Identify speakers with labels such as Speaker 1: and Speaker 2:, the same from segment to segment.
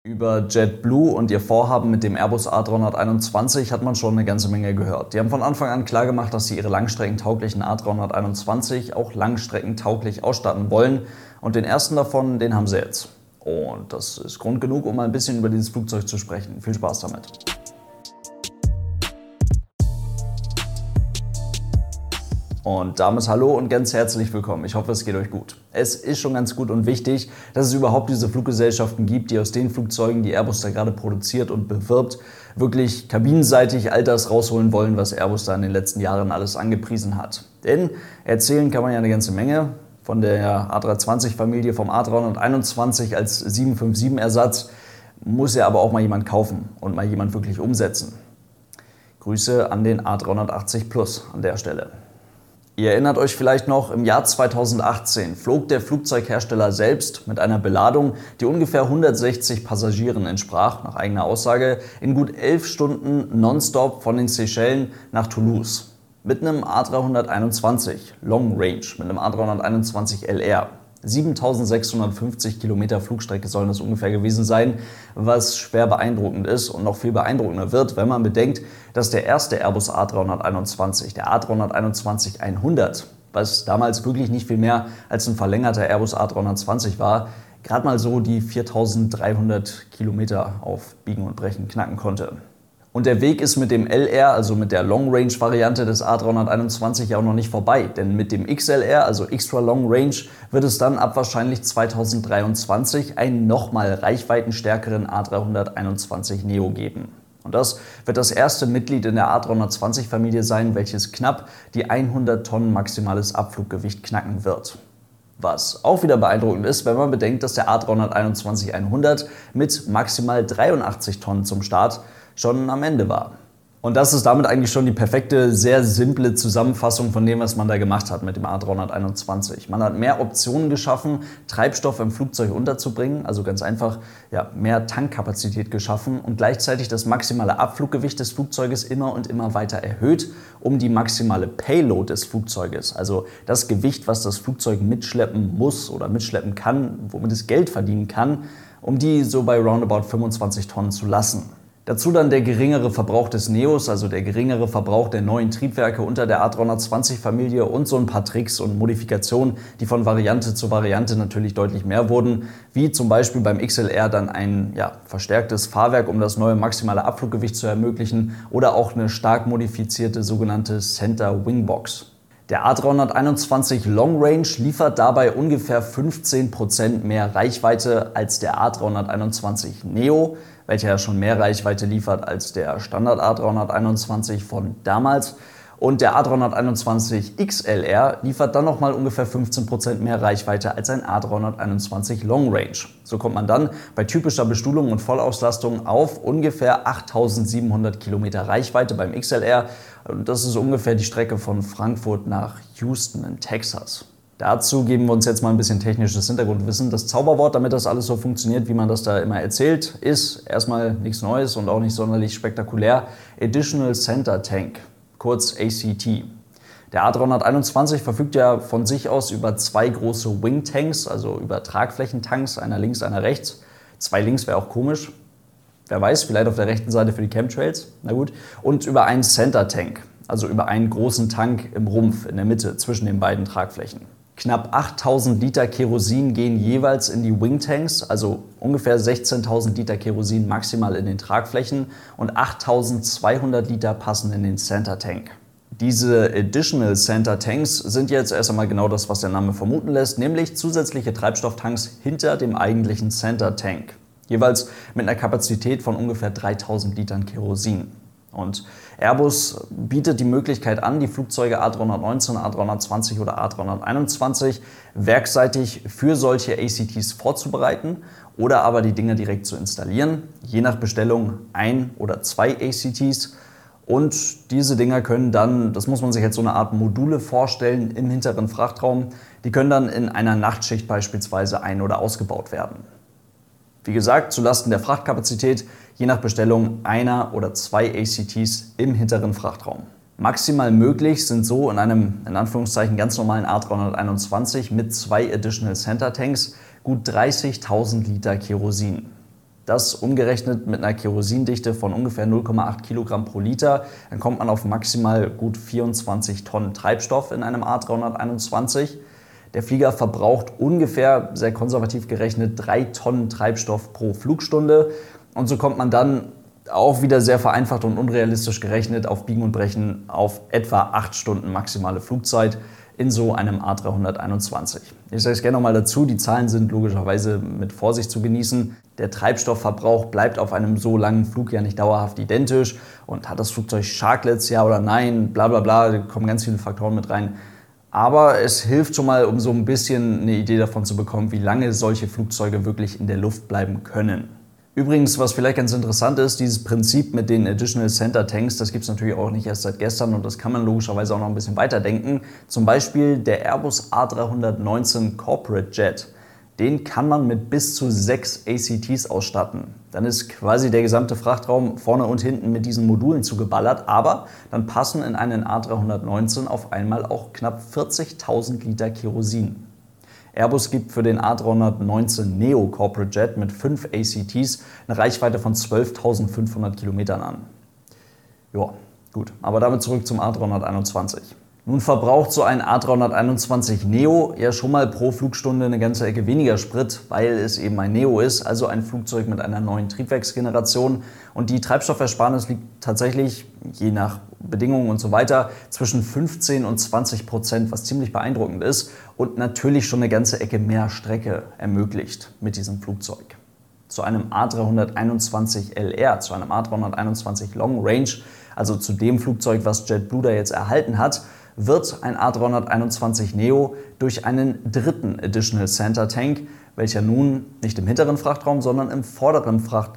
Speaker 1: Über JetBlue und ihr Vorhaben mit dem Airbus A321 hat man schon eine ganze Menge gehört. Die haben von Anfang an klargemacht, dass sie ihre langstreckentauglichen A321 auch langstreckentauglich ausstatten wollen. Und den ersten davon, den haben sie jetzt. Und das ist Grund genug, um mal ein bisschen über dieses Flugzeug zu sprechen. Viel Spaß damit. Und damit hallo und ganz herzlich willkommen. Ich hoffe, es geht euch gut. Es ist schon ganz gut und wichtig, dass es überhaupt diese Fluggesellschaften gibt, die aus den Flugzeugen, die Airbus da gerade produziert und bewirbt, wirklich kabinenseitig all das rausholen wollen, was Airbus da in den letzten Jahren alles angepriesen hat. Denn erzählen kann man ja eine ganze Menge. Von der A320-Familie, vom A321 als 757-Ersatz, muss ja aber auch mal jemand kaufen und mal jemand wirklich umsetzen. Grüße an den A380 Plus an der Stelle. Ihr erinnert euch vielleicht noch, im Jahr 2018 flog der Flugzeughersteller selbst mit einer Beladung, die ungefähr 160 Passagieren entsprach, nach eigener Aussage, in gut 11 Stunden nonstop von den Seychellen nach Toulouse. Mit einem A321 Long Range, mit einem A321 LR. 7650 Kilometer Flugstrecke sollen das ungefähr gewesen sein, was schwer beeindruckend ist und noch viel beeindruckender wird, wenn man bedenkt, dass der erste Airbus A321, der A321-100, was damals wirklich nicht viel mehr als ein verlängerter Airbus A320 war, gerade mal so die 4300 Kilometer auf Biegen und Brechen knacken konnte. Und der Weg ist mit dem LR, also mit der Long-Range-Variante des A321 ja auch noch nicht vorbei. Denn mit dem XLR, also Extra Long Range, wird es dann ab wahrscheinlich 2023 einen nochmal reichweitenstärkeren A321 Neo geben. Und das wird das erste Mitglied in der A320-Familie sein, welches knapp die 100 Tonnen maximales Abfluggewicht knacken wird. Was auch wieder beeindruckend ist, wenn man bedenkt, dass der A321-100 mit maximal 83 Tonnen zum Start schon am Ende war. Und das ist damit eigentlich schon die perfekte, sehr simple Zusammenfassung von dem, was man da gemacht hat mit dem A321. Man hat mehr Optionen geschaffen, Treibstoff im Flugzeug unterzubringen, also ganz einfach mehr Tankkapazität geschaffen und gleichzeitig das maximale Abfluggewicht des Flugzeuges immer und immer weiter erhöht, um die maximale Payload des Flugzeuges, also das Gewicht, was das Flugzeug mitschleppen muss oder mitschleppen kann, womit es Geld verdienen kann, um die so bei roundabout 25 Tonnen zu lassen. Dazu dann der geringere Verbrauch des Neos, also der geringere Verbrauch der neuen Triebwerke unter der A320-Familie und so ein paar Tricks und Modifikationen, die von Variante zu Variante natürlich deutlich mehr wurden, wie zum Beispiel beim XLR dann ein verstärktes Fahrwerk, um das neue maximale Abfluggewicht zu ermöglichen, oder auch eine stark modifizierte sogenannte Center Wingbox. Der A321 Long Range liefert dabei ungefähr 15% mehr Reichweite als der A321 Neo, welcher ja schon mehr Reichweite liefert als der Standard A321 von damals. Und der A321 XLR liefert dann nochmal ungefähr 15% mehr Reichweite als ein A321 Long Range. So kommt man dann bei typischer Bestuhlung und Vollauslastung auf ungefähr 8700 Kilometer Reichweite beim XLR. Und das ist ungefähr die Strecke von Frankfurt nach Houston in Texas. Dazu geben wir uns jetzt mal ein bisschen technisches Hintergrundwissen. Das Zauberwort, damit das alles so funktioniert, wie man das da immer erzählt, ist erstmal nichts Neues und auch nicht sonderlich spektakulär. Additional Center Tank, kurz ACT. Der A321 verfügt ja von sich aus über zwei große Wing Tanks, also über Tragflächentanks, einer links, einer rechts. Zwei links wäre auch komisch. Wer weiß, vielleicht auf der rechten Seite für die Chemtrails. Na gut. Und über einen Center Tank, also über einen großen Tank im Rumpf, in der Mitte, zwischen den beiden Tragflächen. Knapp 8000 Liter Kerosin gehen jeweils in die Wingtanks, also ungefähr 16.000 Liter Kerosin maximal in den Tragflächen und 8200 Liter passen in den Center Tank. Diese Additional Center Tanks sind jetzt erst einmal genau das, was der Name vermuten lässt, nämlich zusätzliche Treibstofftanks hinter dem eigentlichen Center Tank. Jeweils mit einer Kapazität von ungefähr 3000 Litern Kerosin. Und Airbus bietet die Möglichkeit an, die Flugzeuge A319, A320 oder A321 werkseitig für solche ACTs vorzubereiten oder aber die Dinger direkt zu installieren, je nach Bestellung ein oder zwei ACTs. Und diese Dinger können dann, das muss man sich jetzt so eine Art Module vorstellen, im hinteren Frachtraum, die können dann in einer Nachtschicht beispielsweise ein- oder ausgebaut werden. Wie gesagt, zulasten der Frachtkapazität, je nach Bestellung einer oder zwei ACTs im hinteren Frachtraum. Maximal möglich sind so in einem, in Anführungszeichen, ganz normalen A321 mit zwei Additional Center Tanks gut 30.000 Liter Kerosin. Das umgerechnet mit einer Kerosindichte von ungefähr 0,8 Kilogramm pro Liter. Dann kommt man auf maximal gut 24 Tonnen Treibstoff in einem A321. Der Flieger verbraucht ungefähr, sehr konservativ gerechnet, 3 Tonnen Treibstoff pro Flugstunde. Und so kommt man dann auch wieder sehr vereinfacht und unrealistisch gerechnet auf Biegen und Brechen auf etwa 8 Stunden maximale Flugzeit in so einem A321. Ich sage es gerne nochmal dazu, die Zahlen sind logischerweise mit Vorsicht zu genießen. Der Treibstoffverbrauch bleibt auf einem so langen Flug ja nicht dauerhaft identisch. Und hat das Flugzeug Sharklets, ja oder nein, bla bla bla, da kommen ganz viele Faktoren mit rein. Aber es hilft schon mal, um so ein bisschen eine Idee davon zu bekommen, wie lange solche Flugzeuge wirklich in der Luft bleiben können. Übrigens, was vielleicht ganz interessant ist, dieses Prinzip mit den Additional Center Tanks, das gibt es natürlich auch nicht erst seit gestern und das kann man logischerweise auch noch ein bisschen weiterdenken. Zum Beispiel der Airbus A319 Corporate Jet, den kann man mit bis zu 6 ACTs ausstatten. Dann ist quasi der gesamte Frachtraum vorne und hinten mit diesen Modulen zugeballert, aber dann passen in einen A319 auf einmal auch knapp 40.000 Liter Kerosin. Airbus gibt für den A319 Neo Corporate Jet mit 5 ACTs eine Reichweite von 12.500 Kilometern an. Ja, gut, aber damit zurück zum A321. Nun verbraucht so ein A321 Neo ja schon mal pro Flugstunde eine ganze Ecke weniger Sprit, weil es eben ein Neo ist, also ein Flugzeug mit einer neuen Triebwerksgeneration. Und die Treibstoffersparnis liegt tatsächlich, je nach Bedingungen und so weiter, zwischen 15% und 20%, was ziemlich beeindruckend ist und natürlich schon eine ganze Ecke mehr Strecke ermöglicht mit diesem Flugzeug. Zu einem A321 LR, zu einem A321 Long Range, also zu dem Flugzeug, was JetBlue da jetzt erhalten hat, wird ein A321 Neo durch einen dritten Additional Center Tank, welcher nun nicht im hinteren Frachtraum, sondern im vorderen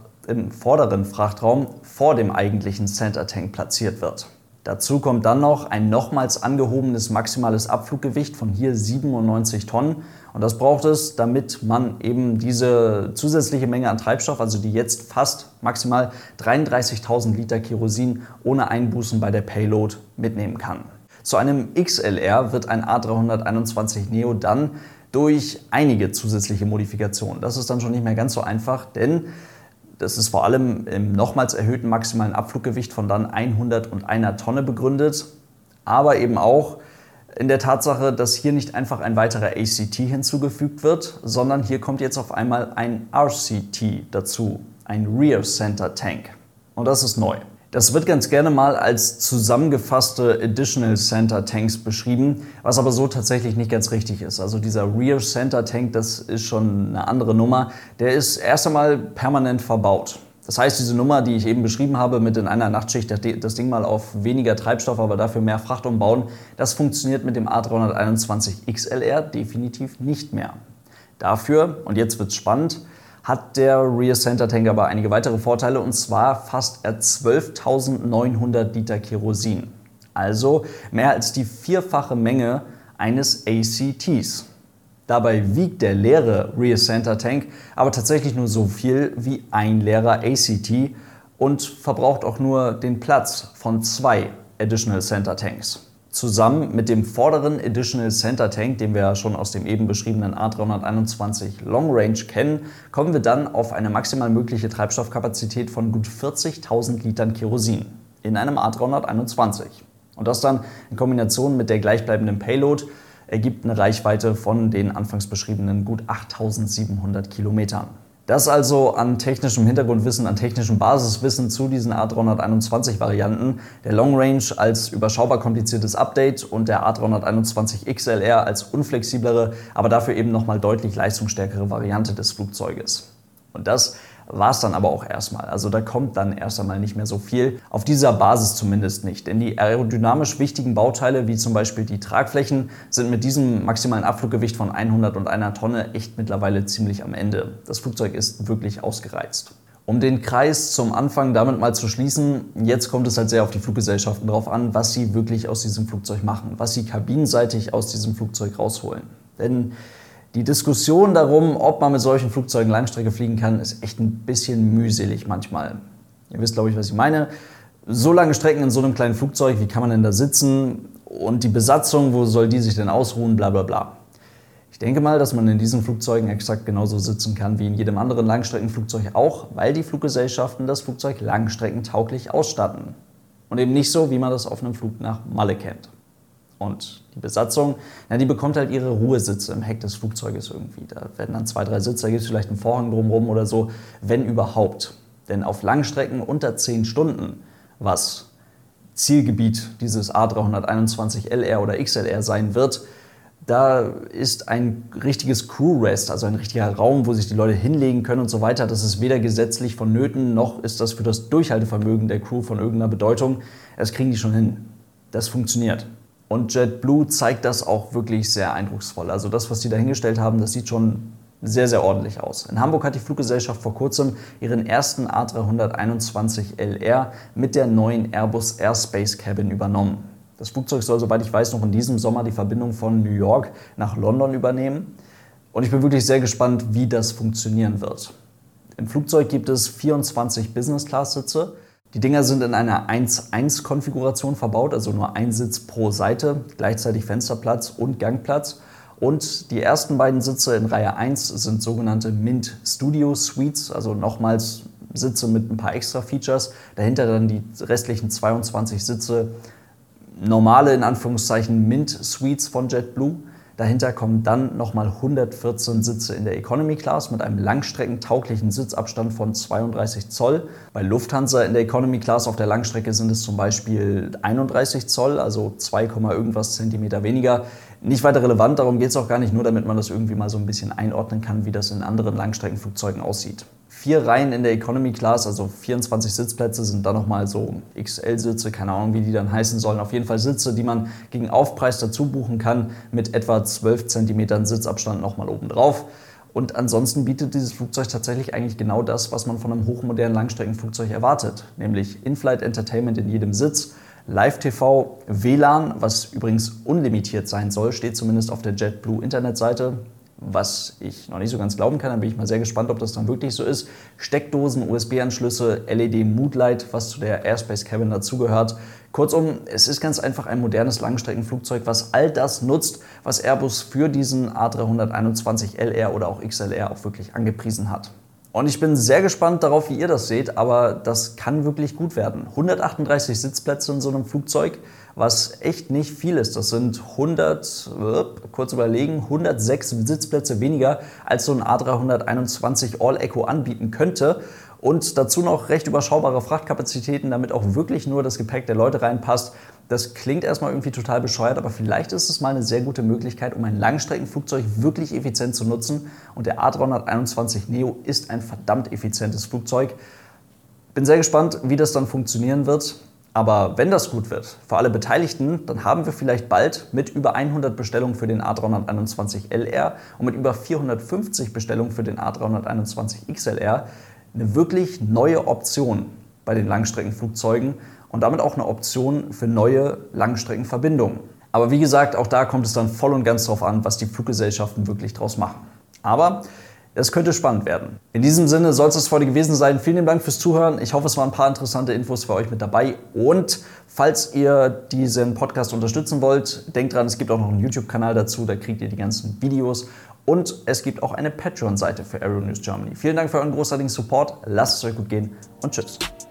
Speaker 1: Frachtraum vor dem eigentlichen Center Tank platziert wird. Dazu kommt dann noch ein nochmals angehobenes maximales Abfluggewicht von hier 97 Tonnen. Und das braucht es, damit man eben diese zusätzliche Menge an Treibstoff, also die jetzt fast maximal 33.000 Liter Kerosin ohne Einbußen bei der Payload mitnehmen kann. Zu einem XLR wird ein A321 Neo dann durch einige zusätzliche Modifikationen. Das ist dann schon nicht mehr ganz so einfach, denn das ist vor allem im nochmals erhöhten maximalen Abfluggewicht von dann 101 Tonne begründet, aber eben auch in der Tatsache, dass hier nicht einfach ein weiterer ACT hinzugefügt wird, sondern hier kommt jetzt auf einmal ein RCT dazu, ein Rear Center Tank. Und das ist neu. Das wird ganz gerne mal als zusammengefasste Additional Center Tanks beschrieben, was aber so tatsächlich nicht ganz richtig ist. Also dieser Rear Center Tank, das ist schon eine andere Nummer. Der ist erst einmal permanent verbaut. Das heißt, diese Nummer, die ich eben beschrieben habe, mit in einer Nachtschicht das Ding mal auf weniger Treibstoff, aber dafür mehr Fracht umbauen, das funktioniert mit dem A321 XLR definitiv nicht mehr. Dafür, und jetzt wird's spannend, hat der Rear Center Tank aber einige weitere Vorteile, und zwar fasst er 12.900 Liter Kerosin. Also mehr als die vierfache Menge eines ACTs. Dabei wiegt der leere Rear Center Tank aber tatsächlich nur so viel wie ein leerer ACT und verbraucht auch nur den Platz von 2 Additional Center Tanks. Zusammen mit dem vorderen Additional Center Tank, den wir ja schon aus dem eben beschriebenen A321 Long Range kennen, kommen wir dann auf eine maximal mögliche Treibstoffkapazität von gut 40.000 Litern Kerosin in einem A321. Und das dann in Kombination mit der gleichbleibenden Payload ergibt eine Reichweite von den anfangs beschriebenen gut 8.700 Kilometern. Das also an technischem Hintergrundwissen, an technischem Basiswissen zu diesen A321-Varianten. Der Long Range als überschaubar kompliziertes Update und der A321 XLR als unflexiblere, aber dafür eben nochmal deutlich leistungsstärkere Variante des Flugzeuges. Und das war es dann aber auch erstmal. Also da kommt dann erst einmal nicht mehr so viel. Auf dieser Basis zumindest nicht. Denn die aerodynamisch wichtigen Bauteile, wie zum Beispiel die Tragflächen, sind mit diesem maximalen Abfluggewicht von 101 Tonne echt mittlerweile ziemlich am Ende. Das Flugzeug ist wirklich ausgereizt. Um den Kreis zum Anfang damit mal zu schließen, jetzt kommt es halt sehr auf die Fluggesellschaften drauf an, was sie wirklich aus diesem Flugzeug machen, was sie kabinenseitig aus diesem Flugzeug rausholen. Denn die Diskussion darum, ob man mit solchen Flugzeugen Langstrecke fliegen kann, ist echt ein bisschen mühselig manchmal. Ihr wisst, glaube ich, was ich meine. So lange Strecken in so einem kleinen Flugzeug, wie kann man denn da sitzen? Und die Besatzung, wo soll die sich denn ausruhen? Bla bla bla. Ich denke mal, dass man in diesen Flugzeugen exakt genauso sitzen kann wie in jedem anderen Langstreckenflugzeug auch, weil die Fluggesellschaften das Flugzeug langstreckentauglich ausstatten. Und eben nicht so, wie man das auf einem Flug nach Malle kennt. Und die Besatzung, die bekommt halt ihre Ruhesitze im Heck des Flugzeuges irgendwie. Da werden dann 2, 3 Sitze, da gibt es vielleicht einen Vorhang drumherum oder so, wenn überhaupt. Denn auf Langstrecken unter 10 Stunden, was Zielgebiet dieses A321LR oder XLR sein wird, da ist ein richtiges Crew-Rest, also ein richtiger Raum, wo sich die Leute hinlegen können und so weiter. Das ist weder gesetzlich vonnöten, noch ist das für das Durchhaltevermögen der Crew von irgendeiner Bedeutung. Das kriegen die schon hin. Das funktioniert. Und JetBlue zeigt das auch wirklich sehr eindrucksvoll. Also das, was die da hingestellt haben, das sieht schon sehr, sehr ordentlich aus. In Hamburg hat die Fluggesellschaft vor kurzem ihren ersten A321LR mit der neuen Airbus Airspace Cabin übernommen. Das Flugzeug soll, soweit ich weiß, noch in diesem Sommer die Verbindung von New York nach London übernehmen. Und ich bin wirklich sehr gespannt, wie das funktionieren wird. Im Flugzeug gibt es 24 Business-Class-Sitze. Die Dinger sind in einer 1-1-Konfiguration verbaut, also nur ein Sitz pro Seite, gleichzeitig Fensterplatz und Gangplatz. Und die ersten beiden Sitze in Reihe 1 sind sogenannte Mint Studio Suites, also nochmals Sitze mit ein paar extra Features. Dahinter dann die restlichen 22 Sitze, normale in Anführungszeichen Mint Suites von JetBlue. Dahinter kommen dann nochmal 114 Sitze in der Economy Class mit einem langstreckentauglichen Sitzabstand von 32 Zoll. Bei Lufthansa in der Economy Class auf der Langstrecke sind es zum Beispiel 31 Zoll, also 2, irgendwas Zentimeter weniger. Nicht weiter relevant, darum geht es auch gar nicht, nur damit man das irgendwie mal so ein bisschen einordnen kann, wie das in anderen Langstreckenflugzeugen aussieht. 4 Reihen in der Economy Class, also 24 Sitzplätze, sind dann nochmal so XL-Sitze, keine Ahnung, wie die dann heißen sollen. Auf jeden Fall Sitze, die man gegen Aufpreis dazu buchen kann, mit etwa 12 cm Sitzabstand nochmal oben drauf. Und ansonsten bietet dieses Flugzeug tatsächlich eigentlich genau das, was man von einem hochmodernen Langstreckenflugzeug erwartet. Nämlich In-Flight Entertainment in jedem Sitz, Live-TV, WLAN, was übrigens unlimitiert sein soll, steht zumindest auf der JetBlue-Internetseite. Was ich noch nicht so ganz glauben kann, da bin ich mal sehr gespannt, ob das dann wirklich so ist. Steckdosen, USB-Anschlüsse, LED-Moodlight, was zu der Airspace Cabin dazugehört. Kurzum, es ist ganz einfach ein modernes Langstreckenflugzeug, was all das nutzt, was Airbus für diesen A321LR oder auch XLR auch wirklich angepriesen hat. Und ich bin sehr gespannt darauf, wie ihr das seht, aber das kann wirklich gut werden. 138 Sitzplätze in so einem Flugzeug, was echt nicht viel ist. Das sind 106 Sitzplätze weniger, als so ein A321 All-Eco anbieten könnte. Und dazu noch recht überschaubare Frachtkapazitäten, damit auch wirklich nur das Gepäck der Leute reinpasst. Das klingt erstmal irgendwie total bescheuert, aber vielleicht ist es mal eine sehr gute Möglichkeit, um ein Langstreckenflugzeug wirklich effizient zu nutzen. Und der A321neo ist ein verdammt effizientes Flugzeug. Bin sehr gespannt, wie das dann funktionieren wird. Aber wenn das gut wird, für alle Beteiligten, dann haben wir vielleicht bald mit über 100 Bestellungen für den A321LR und mit über 450 Bestellungen für den A321XLR eine wirklich neue Option bei den Langstreckenflugzeugen und damit auch eine Option für neue Langstreckenverbindungen. Aber wie gesagt, auch da kommt es dann voll und ganz drauf an, was die Fluggesellschaften wirklich draus machen. Aber es könnte spannend werden. In diesem Sinne soll es das für heute gewesen sein. Vielen Dank fürs Zuhören. Ich hoffe, es waren ein paar interessante Infos für euch mit dabei. Und falls ihr diesen Podcast unterstützen wollt, denkt dran, es gibt auch noch einen YouTube-Kanal dazu. Da kriegt ihr die ganzen Videos. Und es gibt auch eine Patreon-Seite für Aero News Germany. Vielen Dank für euren großartigen Support. Lasst es euch gut gehen und tschüss.